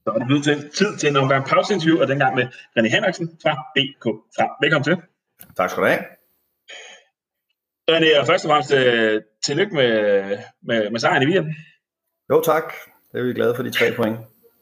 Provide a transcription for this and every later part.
Så er det blevet tid til en omgang pauseinterview, og dengang med René Henriksen fra BK Frem. Velkommen til. Tak skal du have. René, og først og fremmest tillykke med sejren i weekenden. Jo tak, det er vi glade for de 3 point.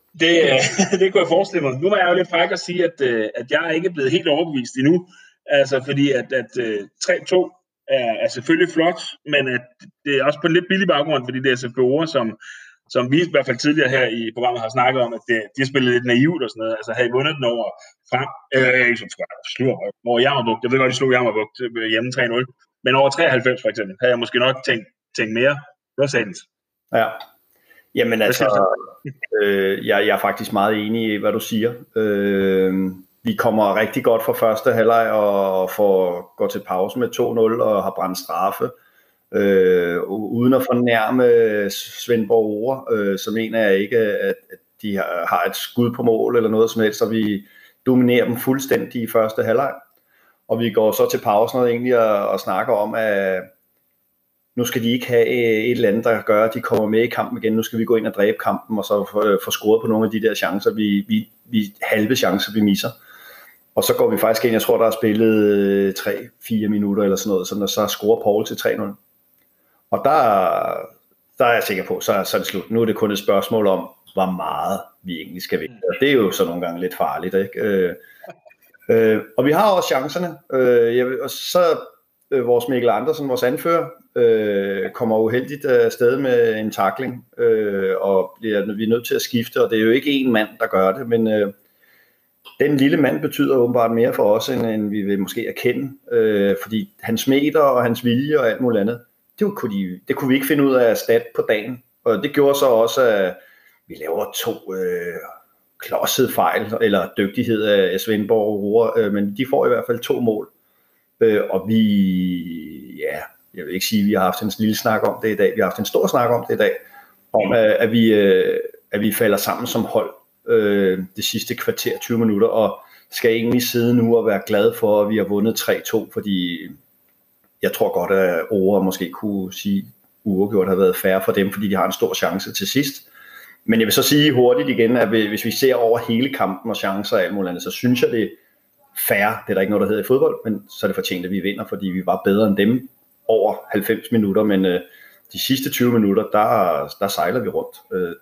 Det kunne jeg forestille mig. Nu var jeg jo lidt fræk at sige, at jeg er ikke blevet helt overbevist endnu. Altså fordi at 3-2 er selvfølgelig flot, men at det er også på en lidt billig baggrund, fordi det er SFBO'er, som vi i hvert fald tidligere her i programmet har snakket om, at de har spillet lidt naivt og sådan noget. Altså havde I vundet den over Frem, over Jammerbugt. Jeg ved godt, de slog Jammerbugt hjemme 3-0. Men over 93 for eksempel, havde jeg måske nok tænkt mere. Det var sandt. Ja, jamen altså, jeg er faktisk meget enig i, hvad du siger. Vi kommer rigtig godt fra første halvleg og går til pause med 2-0 og har brændt straffe. Uden at fornærme Svendborg Ore, så mener jeg ikke, at de har et skud på mål eller noget som helst, så vi dominerer dem fuldstændig i første halvleg. Og vi går så til pausen og egentlig og snakker om, at nu skal de ikke have et eller andet, der gør, at de kommer med i kampen igen. Nu skal vi gå ind og dræbe kampen, og så få scoret på nogle af de der chancer, vi halve chancer, vi misser. Og så går vi faktisk ind, jeg tror, der er spillet 3-4 minutter eller sådan noget, så scorer Paul til 3-0. Og der er jeg sikker på, så er det slut. Nu er det kun et spørgsmål om, hvor meget vi egentlig skal vinde. Og det er jo så nogle gange lidt farligt, ikke? Og vi har også chancerne. Og så vores Mikkel Andersen, vores anfører, kommer uheldigt afsted med en tackling, og vi er nødt til at skifte, og det er jo ikke én mand, der gør det, men den lille mand betyder åbenbart mere for os, end vi vil måske erkende, fordi hans meter og hans vilje og alt muligt andet, det kunne vi ikke finde ud af at erstatte på dagen, og det gjorde så også, at vi laver 2 klodsede fejl, eller dygtighed af Svendborg og Roar, men de får i hvert fald 2 mål. Og jeg vil ikke sige, at vi har haft en lille snak om det i dag, vi har haft en stor snak om det i dag, om at vi falder sammen som hold det sidste kvarter, 20 minutter, og skal egentlig sidde nu og være glad for, at vi har vundet 3-2, fordi jeg tror godt, at Ore måske kunne sige, uafgjort har været fair for dem, fordi de har en stor chance til sidst. Men jeg vil så sige hurtigt igen, at hvis vi ser over hele kampen og chancer og alt muligt andet, så synes jeg, det er fair. Det er der ikke noget, der hedder i fodbold, men så er det fortjent, at vi vinder, fordi vi var bedre end dem over 90 minutter, men de sidste 20 minutter, der sejler vi rundt.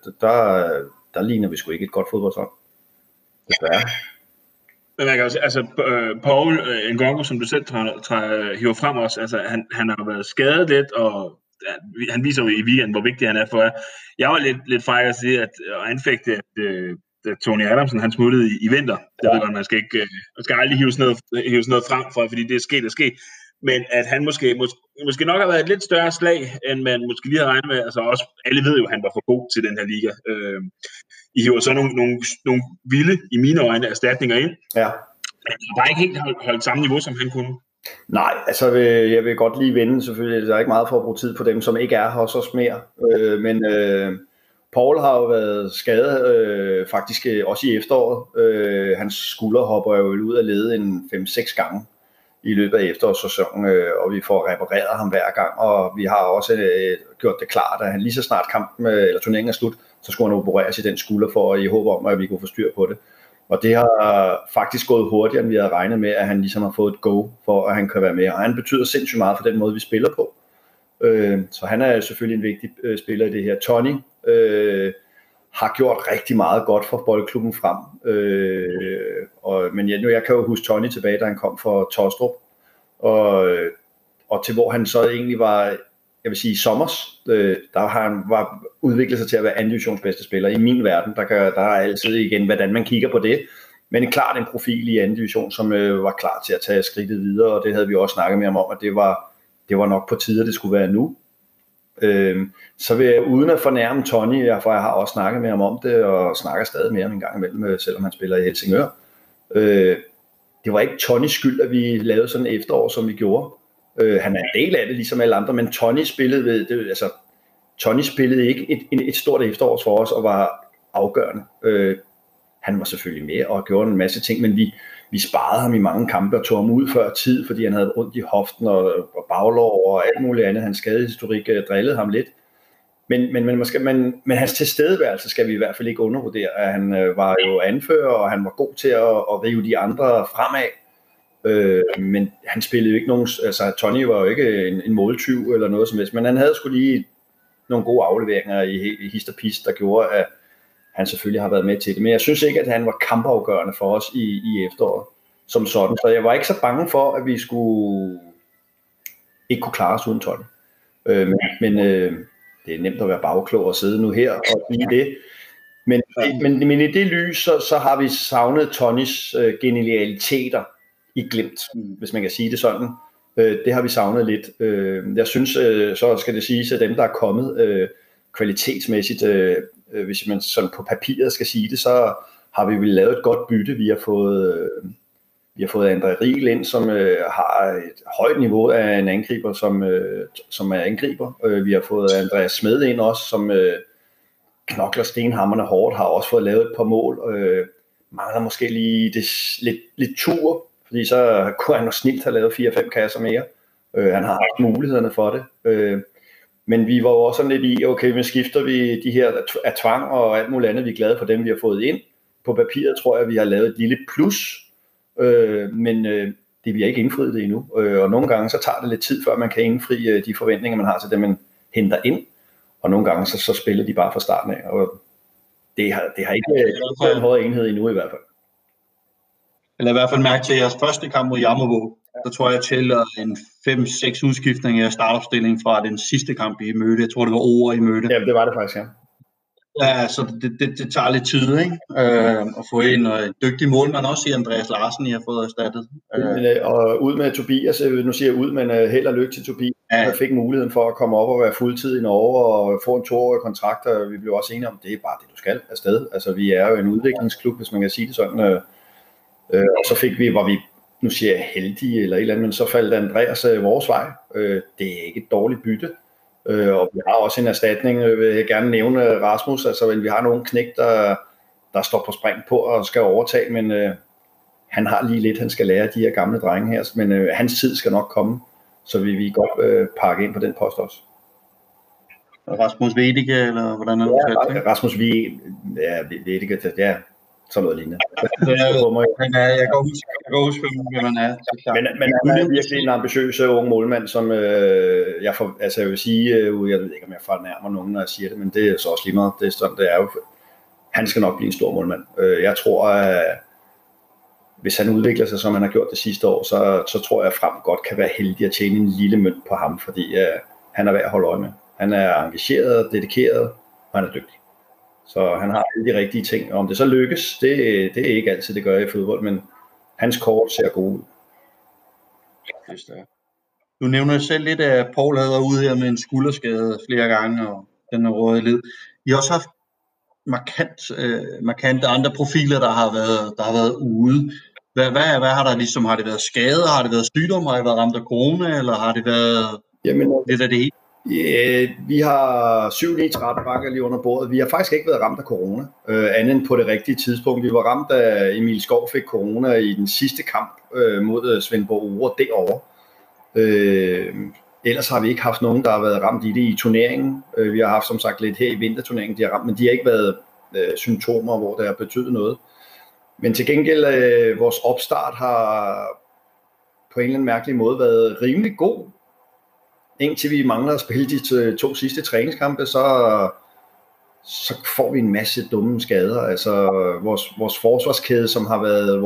Der ligner vi sgu ikke et godt fodboldhold. Desværre. Men man kan også, altså Paul Ngongo, som du selv hiver frem også, altså han har været skadet lidt, og han viser jo i weekenden, hvor vigtig han er for jer. Jeg var lidt fræk at sige, at anfægte, at Tony Adamsen, han smuttede i vinter. Det ved godt, man skal aldrig hive sådan noget frem for, fordi det er sket. Men at han måske nok har været et lidt større slag, end man måske lige havde regnet med. Altså også, alle ved jo, at han var for god til den her liga. I hiver så nogle vilde, i mine øjne, erstatninger ind. Ja. Men han har bare ikke helt holdt samme niveau, som han kunne. Nej, altså jeg vil godt lige vende selvfølgelig. Der er ikke meget for at bruge tid på dem, som ikke er hos os mere. Men Paul har jo været skadet faktisk også i efteråret. Hans skulder hopper jo ud af led en 5-6 gange i løbet af efterårssæsonen, og vi får repareret ham hver gang, og vi har også gjort det klart, at han lige så snart kampen eller turneringen er slut, så skulle han opereres i den skulder for i håb om, at vi kunne få styr på det. Og det har faktisk gået hurtigere, end vi havde regnet med, at han ligesom har fået et go for, at han kan være med. Og han betyder sindssygt meget for den måde, vi spiller på. Så han er selvfølgelig en vigtig spiller i det her. Tony har gjort rigtig meget godt for boldklubben Frem. Men jeg kan jo huske Tony tilbage, da han kom fra Tostrup. Og til hvor han så egentlig var, jeg vil sige, i sommers, der har han udviklet sig til at være anden divisions bedste spiller. I min verden, der er altid igen, hvordan man kigger på det. Men klart en profil i anden division, som var klar til at tage skridtet videre, og det havde vi også snakket med ham om, at det var nok på tide, at det skulle være nu. Så vil jeg, uden at fornærme Tony, for jeg har også snakket med ham om det, og snakker stadig med ham en gang imellem, selvom han spiller i Helsingør. Det var ikke Tonys skyld, at vi lavede sådan et efterår, som vi gjorde. Han er en del af det, ligesom alle andre, men Tony spillede ikke et stort efterår for os, og var afgørende. Han var selvfølgelig med og gjorde en masse ting, men vi sparede ham i mange kampe og tog ham ud før tid, fordi han havde ondt i hoften og baglår og alt muligt andet. Hans skadehistorik drillede ham lidt. Men hans tilstedeværelse skal vi i hvert fald ikke undervurdere. Han var jo anfører, og han var god til at rive de andre fremad. Men han spillede jo ikke nogen... Altså, Tony var jo ikke en måltyv eller noget som helst, men han havde sgu lige nogle gode afleveringer i hist og pist, der gjorde, at han selvfølgelig har været med til det. Men jeg synes ikke, at han var kampafgørende for os i efteråret som sådan. Så jeg var ikke så bange for, at vi skulle ikke kunne klare os uden Tony. Men det er nemt at være bagklog og sidde nu her og sige det. Men i det lys, så har vi savnet Tonys genialiteter i glimt, hvis man kan sige det sådan. Det har vi savnet lidt. Jeg synes, så skal det siges, at dem, der er kommet kvalitetsmæssigt, hvis man sådan på papiret skal sige det, så har vi vel lavet et godt bytte. Vi har fået André Riel ind, som har et højt niveau af en angriber, som er angriber. Vi har fået Andreas Smed ind også, som knokler stenhammerne hårdt, har også fået lavet et par mål. Mangler måske lige det lidt tur, fordi så kunne han jo snilt have lavet 4-5 kasser mere. Han har haft mulighederne for det. Men vi var jo også sådan lidt i, okay, men skifter vi de her af tvang og alt muligt andet, vi er glade for dem, vi har fået ind. På papiret tror jeg, vi har lavet et lille plus, men det vi har ikke indfriet det endnu. Og nogle gange så tager det lidt tid, før man kan indfri de forventninger, man har til dem, man henter ind. Og nogle gange så spiller de bare fra starten af. Og det har ikke været en højere enhed endnu i hvert fald. Eller i hvert fald mærke til jeres første kamp mod Jammerbugt. Der tror jeg tæller en 5-6 udskiftninger af startopstillingen fra den sidste kamp I mødte. Jeg tror det var over I mødte. Ja, det var det faktisk, ja. Ja, så det tager lidt tid, ikke? At få en dygtig målmand også i Andreas Larsen, I har fået erstattet. Og ud med Tobias, nu siger jeg ud, men held og lykke til Tobias. Jeg fik muligheden for at komme op og være fuldtid i Norge og få en 2-årig kontrakt, og vi blev også enige om, det er bare det, du skal afsted. Altså, vi er jo en udviklingsklub, hvis man kan sige det sådan. Og så var vi, nu siger jeg heldige eller et eller andet, men så faldt Andreas vores vej. Det er ikke et dårligt bytte. Og vi har også en erstatning, vil jeg gerne nævne Rasmus, altså vi har nogle knæk, der står på spring på og skal overtage, men han har lige lidt, han skal lære de her gamle drenge her, men hans tid skal nok komme, så vi vil godt pakke ind på den post også. Rasmus Vedike, eller hvordan er det? Ja, Rasmus Vedike, ja, sådan noget lignende. Jeg kan huske, hvem man er. Men han er virkelig en ambitiøs ung målmand, som jeg vil sige, jeg ved ikke, om jeg fornærmer nogen, når jeg siger det, men det er så også lige meget. Det er sådan, det er jo. Han skal nok blive en stor målmand. Jeg tror, at hvis han udvikler sig, som han har gjort det sidste år, så tror jeg, at Frem godt kan være heldig at tjene en lille mønt på ham, fordi han er værd at holde øje med. Han er engageret, dedikeret, og han er dygtig. Så han har alle de rigtige ting. Og om det så lykkes, det er ikke altid, det gør i fodbold, men hans kort ser god ud. Du nævner selv lidt, at Paul havde været ude her med en skulderskade flere gange, og den er rådet i led. I har også haft markante andre profiler, der har været ude. Hvad har der ligesom? Har det været skade? Har det været sygdom? Har det været ramt af corona? Eller har det været lidt af det hele? Vi har 7-9 bakker lige under bordet. Vi har faktisk ikke været ramt af corona, andet end på det rigtige tidspunkt. Vi var ramt af Emil Skov fik corona i den sidste kamp mod Svendborg Ore derovre. Ellers har vi ikke haft nogen, der har været ramt i det i turneringen. Vi har haft som sagt lidt her i vinterturneringen, de har ramt, men de har ikke været symptomer, hvor det har betydet noget. Men til gengæld, vores opstart har på en eller anden mærkelig måde været rimelig god. Indtil vi mangler at spille de 2 sidste træningskampe, så får vi en masse dumme skader. Altså vores forsvarskæde, som har været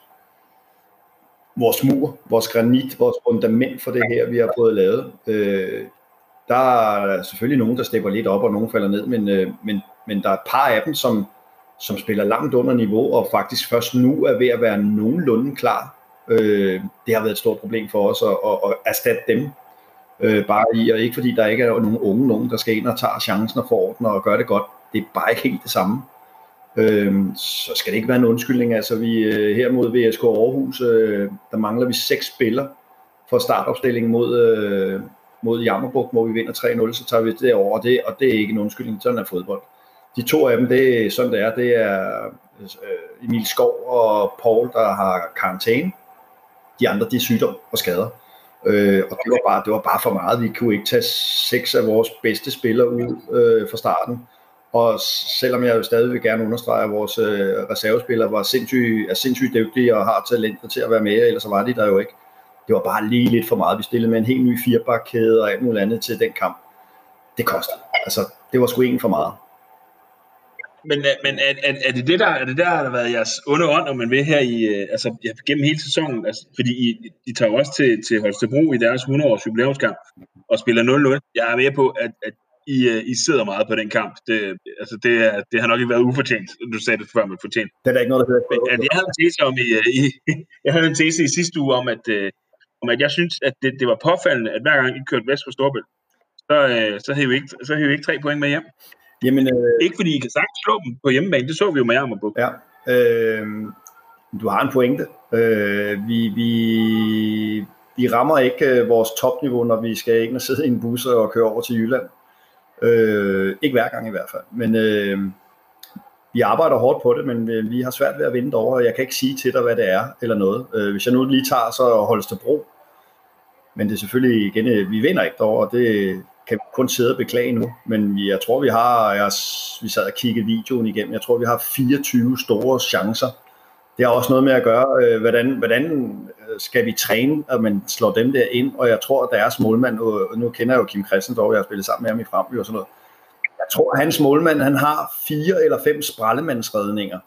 vores mur, vores granit, vores fundament for det her, vi har fået lavet. Der er selvfølgelig nogen, der stepper lidt op, og nogen falder ned, men der er et par af dem, som spiller langt under niveau, og faktisk først nu er ved at være nogenlunde klar. Det har været et stort problem for os at erstatte dem. Bare i, og ikke fordi der ikke er nogen, der skal ind og tager chancen og får den og gør det godt. Det er bare ikke helt det samme. Så skal det ikke være en undskyldning. Altså vi her mod VSK Aarhus, der mangler vi 6 spillere for startopstillingen mod Jammerbugt, hvor vi vinder 3-0, så tager vi det over, og det er ikke en undskyldning, sådan er fodbold. De 2 af dem, det er sådan det er. Det er Emil Skov og Paul, der har karantæne. De andre, de er sygdom og skader. Og det var bare for meget. Vi kunne ikke tage 6 af vores bedste spillere ud fra starten. Og selvom jeg jo stadig vil gerne understrege, at vores reservespillere er sindssygt dygtige og har talenter til at være med, ellers så var de der jo ikke. Det var bare lige lidt for meget. Vi stillede med en helt ny 4-bakkæde og alt muligt andet til den kamp. Det kostede. Altså, det var sgu en for meget. Men er det der har været jeres onde ånd, om man vil her gennem hele sæsonen? Altså, fordi I tager også til Holstebro i deres 100-års jubilæumskamp og spiller 0-0. Jeg er med på, at I sidder meget på den kamp. Det har nok ikke været ufortjent. Du sagde det før, men fortjent. Det er der ikke noget, der hedder. Men jeg havde en tese jeg havde en tese i sidste uge om, at jeg synes, at det var påfaldende, at hver gang I kørte vest for Storebælt, så havde vi ikke 3 point med hjem. Jamen, ikke fordi I kan sagtens slå dem på hjemmebane, det så vi jo med Jammerbugt. Ja, du har en pointe. Vi rammer ikke vores topniveau, når vi skal ikke sidde i en bus og køre over til Jylland. Ikke hver gang i hvert fald. Men vi arbejder hårdt på det, men vi har svært ved at vinde over, og jeg kan ikke sige til dig, hvad det er eller noget. Hvis jeg nu lige tager så Holstebro, men det er selvfølgelig igen, vi vinder ikke derovre, og det kan kun sidde og beklage nu, men jeg tror vi sad og kiggede videoen igennem, jeg tror vi har 24 store chancer. Det har også noget med at gøre, hvordan skal vi træne, at man slår dem der ind, og jeg tror, at deres målmand, nu kender jeg jo Kim Christensen, jeg har spillet sammen med ham i Fremby og sådan noget, jeg tror, at hans målmand, han har 4 eller 5 sprællemandsredninger.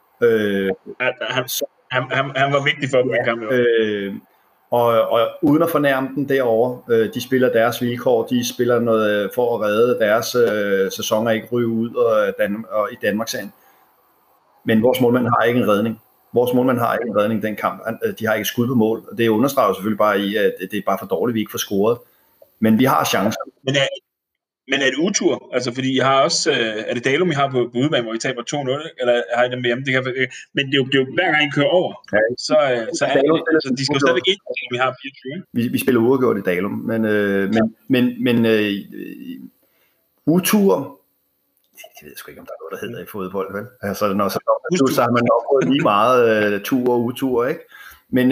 Han var vigtig for dem i kampen. Og uden at fornærme dem derovre, de spiller deres vilkår, de spiller noget for at redde deres sæsoner ikke ryge ud og i Danmarksserien. Men vores målmand har ikke en redning. Vores målmand har ikke en redning den kamp. De har ikke skud på mål. Og det understreger selvfølgelig bare i, at det er bare for dårligt, vi ikke får scoret. Men vi har chancer. Men er det utur? Altså, fordi jeg har også... er det Dalum, I har på udebane, hvor I taber 2-0? Eller har I dem med hjemme? Men det er jo hver gang I kører over, ja. så de skal jo stadigvæk ind, når vi har 24. Vi spiller uafgjort i Dalum. Men utur... Jeg ved sgu ikke, om der er noget, der hedder i fodbold, vel? Altså, når så har man opgået lige meget tur og utur, ikke? Men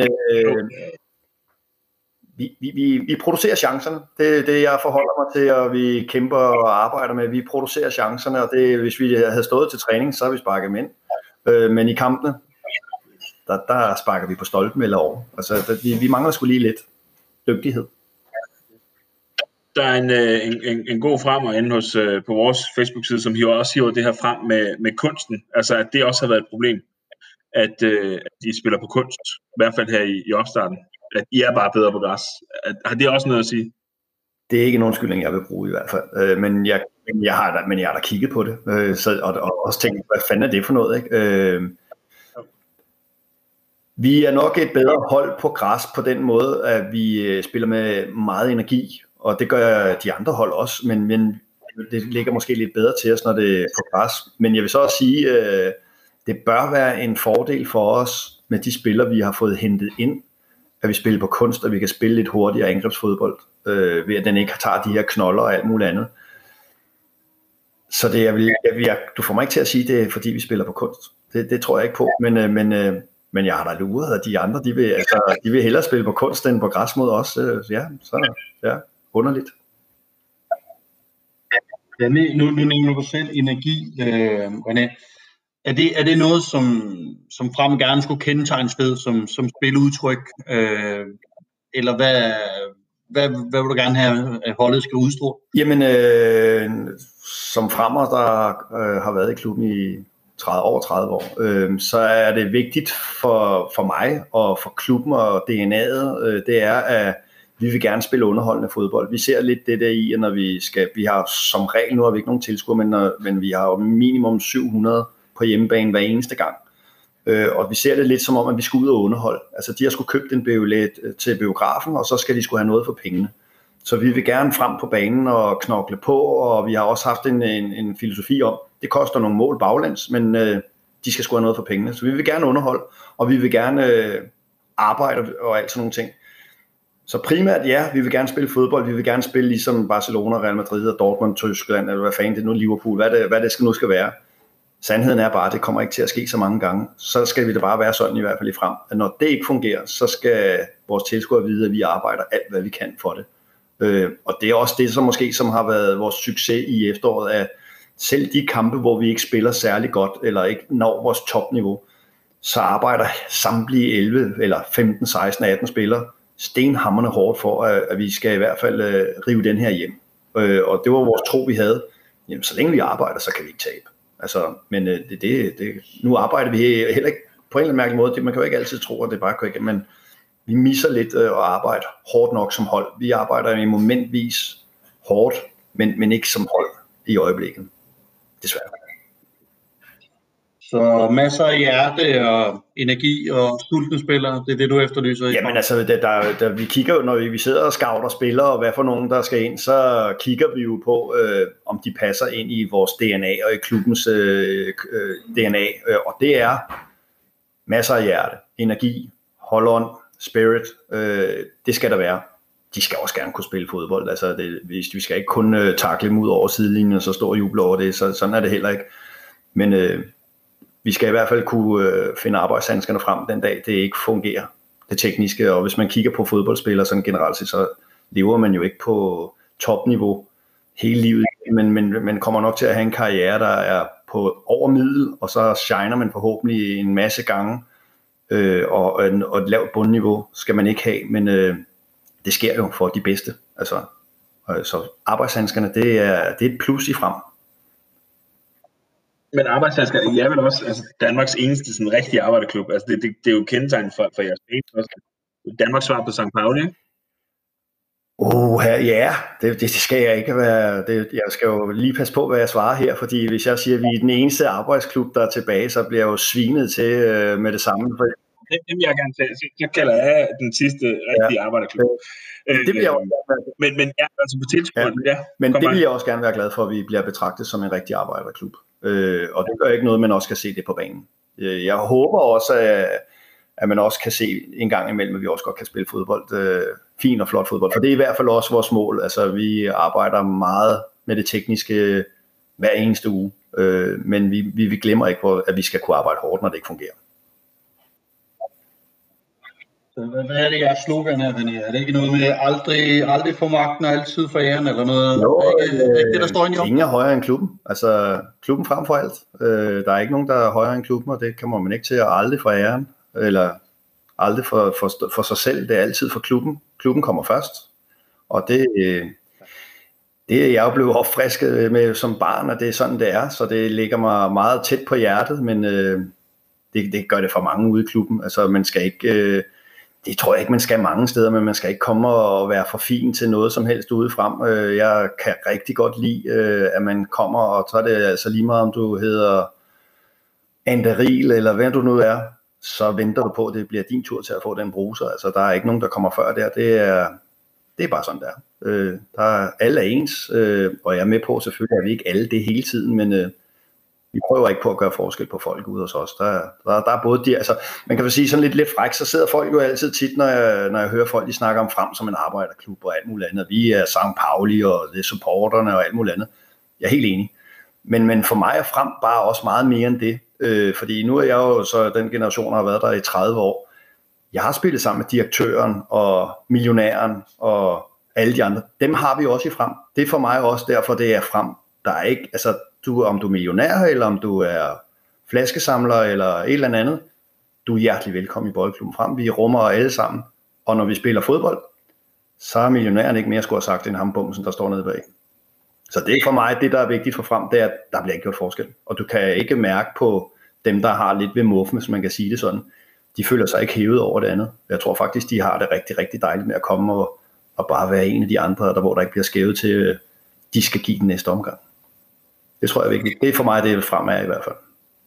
vi producerer chancerne. Det er det, jeg forholder mig til, og vi kæmper og arbejder med. Vi producerer chancerne, og det, hvis vi havde stået til træning, så har vi sparket dem ind. Men i kampene, der sparker vi på stolpen eller over. Altså, vi mangler sgu lige lidt dygtighed. Der er en god fremmer inde på vores Facebook-side, som også hiver det her frem med kunsten. Altså, at det også har været et problem, at de spiller på kunst. I hvert fald her i opstarten. At I er bare bedre på græs. Har det også noget at sige? Det er ikke en undskyldning, jeg vil bruge i hvert fald. Men jeg har da kigget på det. Og også tænkt, hvad fanden er det for noget? Ikke? Vi er nok et bedre hold på græs på den måde, at vi spiller med meget energi. Og det gør de andre hold også. Men det ligger måske lidt bedre til os, når det er på græs. Men jeg vil så også sige, det bør være en fordel for os med de spillere, vi har fået hentet ind, at vi spiller på kunst, og vi kan spille lidt hurtigere angrebsfodbold, ved at den ikke tager de her knolder og alt muligt andet. Så du får mig ikke til at sige, det er fordi vi spiller på kunst. Det tror jeg ikke på, men jeg har da luret, at de andre, de vil hellere spille på kunst end på græs mod os. Underligt. Ja, nu nævner du selv energi, René. Er det noget, som frem gerne skulle kendetegne sted som spiludtryk? Eller hvad vil du gerne have, at holdet skal udstråle? Jamen, som fremmer, der har været i klubben i over 30 år, så er det vigtigt for mig og for klubben og DNA'et, det er, at vi vil gerne spille underholdende fodbold. Vi ser lidt det der i, at når vi har som regel, nu har vi ikke nogen tilskuere, men vi har jo minimum 700 på hjemmebane hver eneste gang. Og vi ser det lidt som om, at vi skal ud og underholde. Altså, de har sgu købt en billet til biografen, og så skal de sgu have noget for pengene. Så vi vil gerne frem på banen og knokle på, og vi har også haft en filosofi om, det koster nogle mål baglæns, men de skal sgu have noget for pengene. Så vi vil gerne underholde, og vi vil gerne arbejde og alt sådan nogle ting. Så primært, ja, vi vil gerne spille fodbold, vi vil gerne spille ligesom Barcelona, Real Madrid og Dortmund, Tyskland, eller hvad fanden det er nu, Liverpool, hvad det nu skal være. Sandheden er bare, at det kommer ikke til at ske så mange gange. Så skal vi da bare være sådan i hvert fald i frem, at når det ikke fungerer, så skal vores tilskuere vide, at vi arbejder alt, hvad vi kan for det. Og det er også det, som har været vores succes i efteråret, at selv de kampe, hvor vi ikke spiller særlig godt, eller ikke når vores topniveau, så arbejder samtlige 11, eller 15, 16, 18 spillere stenhamrende hårdt for, at vi skal i hvert fald rive den her hjem. Og det var vores tro, vi havde. Jamen, så længe vi arbejder, så kan vi ikke tabe. Altså, men nu arbejder vi heller ikke på en eller anden mærkelig måde. Man kan jo ikke altid tro, at det bare går igennem, men vi misser lidt at arbejde hårdt nok som hold. Vi arbejder i momentvis hårdt, men ikke som hold i øjeblikket. Desværre. Så masser af hjerte og energi og sultne spillere, det er det, du efterlyser? Jamen altså, vi kigger jo, når vi sidder og scouter spillere, og hvad for nogen, der skal ind, så kigger vi jo på, om de passer ind i vores DNA og i klubbens DNA. Og det er masser af hjerte, energi, hold-on, spirit, det skal der være. De skal også gerne kunne spille fodbold. Altså, vi skal ikke kun takle dem ud over sidelinjen og så stå og juble over det. Sådan er det heller ikke. Men vi skal i hvert fald kunne finde arbejdshandskerne frem den dag, det ikke fungerer, det tekniske. Og hvis man kigger på fodboldspillere sådan generelt, så lever man jo ikke på topniveau hele livet. Men man kommer nok til at have en karriere, der er på over middel, og så shiner man forhåbentlig en masse gange. Og et lavt bundniveau skal man ikke have, men det sker jo for de bedste. Altså, så arbejdshandskerne, det er et plus i frem. Men arbejdshandsker, jeg er vel også Danmarks eneste sådan rigtige arbejderklub. Altså det er jo kendetegn for jeres penge også. Danmarks svar på St. Pauli, ikke? Ja, det skal jeg ikke være. Jeg skal jo lige passe på, hvad jeg svarer her, fordi hvis jeg siger, at vi er den eneste arbejdsklub, der er tilbage, så bliver jeg jo svinet til med det samme. Det vil jeg gerne tage. Så kalder jeg den sidste rigtige arbejderklub. Det bliver jeg også men ja, altså på tilskuerne, ja. Men det vil jeg også gerne være glad for, at vi bliver betragtet som en rigtig arbejderklub. Og det gør ikke noget, man også kan se det på banen. Jeg håber også, at man også kan se en gang imellem, at vi også godt kan spille fodbold. Fin og flot fodbold. For det er i hvert fald også vores mål. Altså, vi arbejder meget med det tekniske hver eneste uge. Men vi glemmer ikke, at vi skal kunne arbejde hårdt, når det ikke fungerer. Hvad er det, jeres slogan her, René? Er det ikke noget med aldrig få magten og altid for æren, eller noget? Jo, det, der står ingen er højere end klubben. Altså, klubben frem for alt. Der er ikke nogen, der er højere end klubben, og det kommer man ikke til at aldrig for æren, eller aldrig for sig selv. Det er altid for klubben. Klubben kommer først. Og det er jeg jo blevet opfrisket med som barn, og det er sådan, det er. Så det ligger mig meget tæt på hjertet, men det gør det for mange ude i klubben. Altså, man skal ikke... Det tror jeg ikke, man skal mange steder, men man skal ikke komme og være for fin til noget som helst udefrem. Jeg kan rigtig godt lide, at man kommer, og så er det altså lige meget, om du hedder Anderil, eller hvem du nu er, så venter du på, at det bliver din tur til at få den bruser. Altså, der er ikke nogen, der kommer før der. Det er bare sådan, der. Alle er ens, og jeg er med på, selvfølgelig er vi ikke alle det hele tiden, men vi prøver ikke på at gøre forskel på folk ude hos os. Der er både de, altså, man kan vel sige sådan lidt fræk, så sidder folk jo altid tit, når jeg hører folk, de snakker om frem som en arbejderklub og alt muligt andet. Vi er St. Pauli, og det er supporterne og alt muligt andet. Jeg er helt enig. Men for mig er frem bare også meget mere end det. Fordi nu er jeg jo så den generation, der har været der i 30 år. Jeg har spillet sammen med direktøren og millionæren og alle de andre. Dem har vi også i frem. Det er for mig også derfor, det er frem. Der er ikke, altså, om du er millionær, eller om du er flaskesamler, eller et eller andet, du er hjertelig velkommen i Boldklubben Frem. Vi rummer alle sammen, og når vi spiller fodbold, så er millionæren ikke mere skulle have sagt, end ham bumsen, der står nede bag. Så det er for mig, det der er vigtigt for Frem, det er, at der bliver ikke gjort forskel. Og du kan ikke mærke på dem, der har lidt ved muffen, hvis man kan sige det sådan. De føler sig ikke hævet over det andet. Jeg tror faktisk, de har det rigtig, rigtig dejligt med at komme og bare være en af de andre, hvor der ikke bliver skævet til, de skal give den næste omgang. Det tror jeg virkelig. Det er for mig, det er fremad i hvert fald.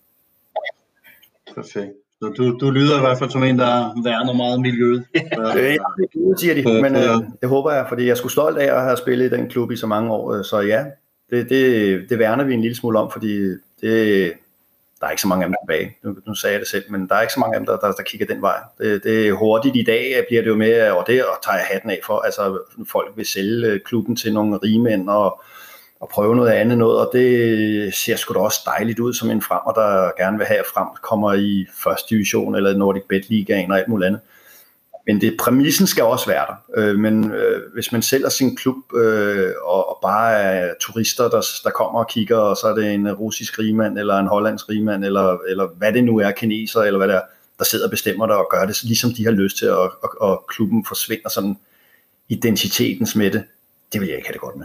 Perfekt. Så du lyder i hvert fald som en, der værner meget miljøet. Det siger de, men det håber jeg, fordi jeg er sgu stolt af at have spillet i den klub i så mange år. Så ja, det værner vi en lille smule om, fordi der er ikke så mange af dem tilbage. Nu sagde jeg det selv, men der er ikke så mange af dem, der kigger den vej. Det er hurtigt i dag, bliver det jo med, og det tager jeg hatten af for. Altså, folk vil sælge klubben til nogle rigmænd og prøve noget andet noget, og det ser sgu da også dejligt ud som en Fremmer, der gerne vil have frem, kommer i første division eller Nordic Bet Ligaen og alt muligt andet. Men præmissen skal også være der. Men hvis man sælger sin klub og bare er turister, der kommer og kigger, og så er det en russisk rigmand, eller en hollandsk rigmand, eller hvad det nu er, kineser, eller hvad det er, der sidder og bestemmer det og gør det, ligesom de har lyst til, og klubben forsvinder sådan identitetens med det. Det vil jeg ikke have det godt med.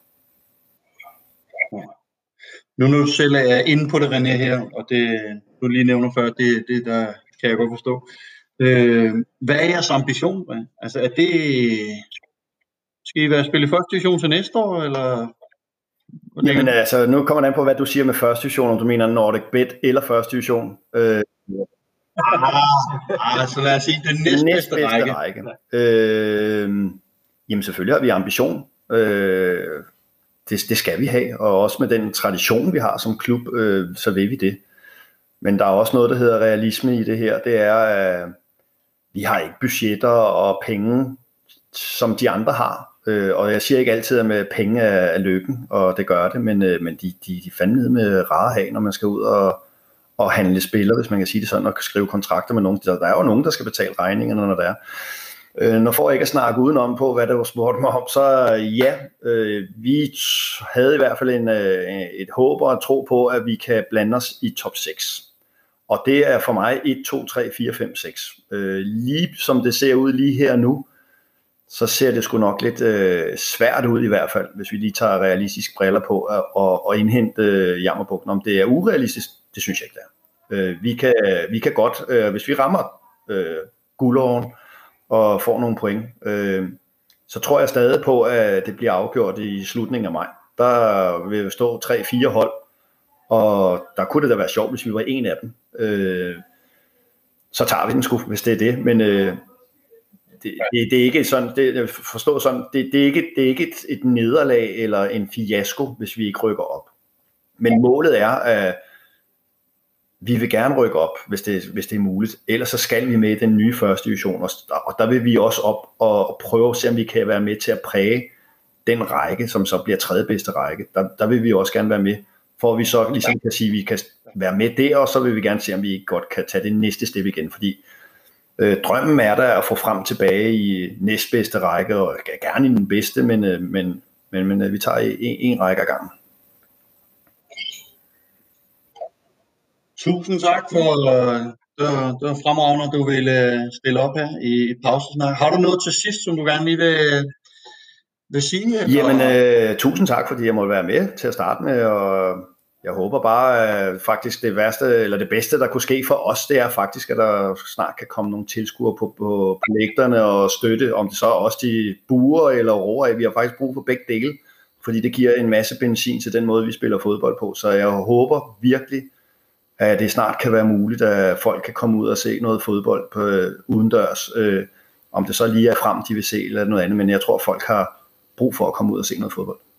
Nu når du selv er inde på det, René, her, og det du lige nævner før, det der kan jeg godt forstå. Hvad er jeres ambition? Altså er det, skal I være spille i første division til næste år, eller? Jamen altså, nu kommer det an på, hvad du siger med første division, om du mener Nordic Bet eller første division. Så lad os sige den næstbedste række. Jamen selvfølgelig har vi ambition. Det skal vi have, og også med den tradition, vi har som klub, så vil vi det. Men der er også noget, der hedder realisme i det her. Det er, at vi har ikke budgetter og penge, som de andre har. Og jeg siger ikke altid, at med penge er lykken, og det gør det, men de fandme med rare have, når man skal ud og handle spillere, hvis man kan sige det sådan, og skrive kontrakter med nogen. Der er jo nogen, der skal betale regningerne, når det er. Når får jeg ikke at snakke udenom på, hvad der var spurgt mig om, så ja, vi havde i hvert fald et håb og en tro på, at vi kan blande os i top 6. Og det er for mig 1, 2, 3, 4, 5, 6. Lige som det ser ud lige her nu, så ser det sgu nok lidt svært ud i hvert fald, hvis vi lige tager realistiske briller på og indhente Jammerbugt. Om det er urealistisk, det synes jeg ikke det er. Vi kan godt, hvis vi rammer guldåren og får nogle point, så tror jeg stadig på, at det bliver afgjort i slutningen af maj. Der vil stå 3-4 hold, og der kunne det da være sjovt, hvis vi var en af dem. Så tager vi den sgu, hvis det er det. Men det er ikke sådan, forstå sådan, det er ikke et nederlag eller en fiasko, hvis vi ikke rykker op. Men målet er, at vi vil gerne rykke op, hvis det er muligt. Ellers så skal vi med i den nye første division, og der vil vi også op og prøve at se, om vi kan være med til at præge den række, som så bliver tredje bedste række. Der vil vi også gerne være med, for at vi så ligesom kan sige, at vi kan være med der, og så vil vi gerne se, om vi ikke godt kan tage det næste step igen, fordi drømmen er der at få frem tilbage i næstbedste række, og gerne i den bedste, men vi tager en række ad gangen. Tusind tak for, det var fremragende, at du ville stille op her i pausesnak. Har du noget til sidst, som du gerne lige vil sige? Jamen, tusind tak, fordi jeg måtte være med til at starte med, og jeg håber bare, at faktisk det værste, eller det bedste, der kunne ske for os, det er faktisk, at der snart kan komme nogle tilskuere på lægterne og støtte, om det så er også de buer eller roer af. Vi har faktisk brug for begge dele, fordi det giver en masse benzin til den måde, vi spiller fodbold på. Så jeg håber virkelig, at det snart kan være muligt, at folk kan komme ud og se noget fodbold på udendørs. Om det så lige er frem, de vil se, eller noget andet. Men jeg tror, folk har brug for at komme ud og se noget fodbold.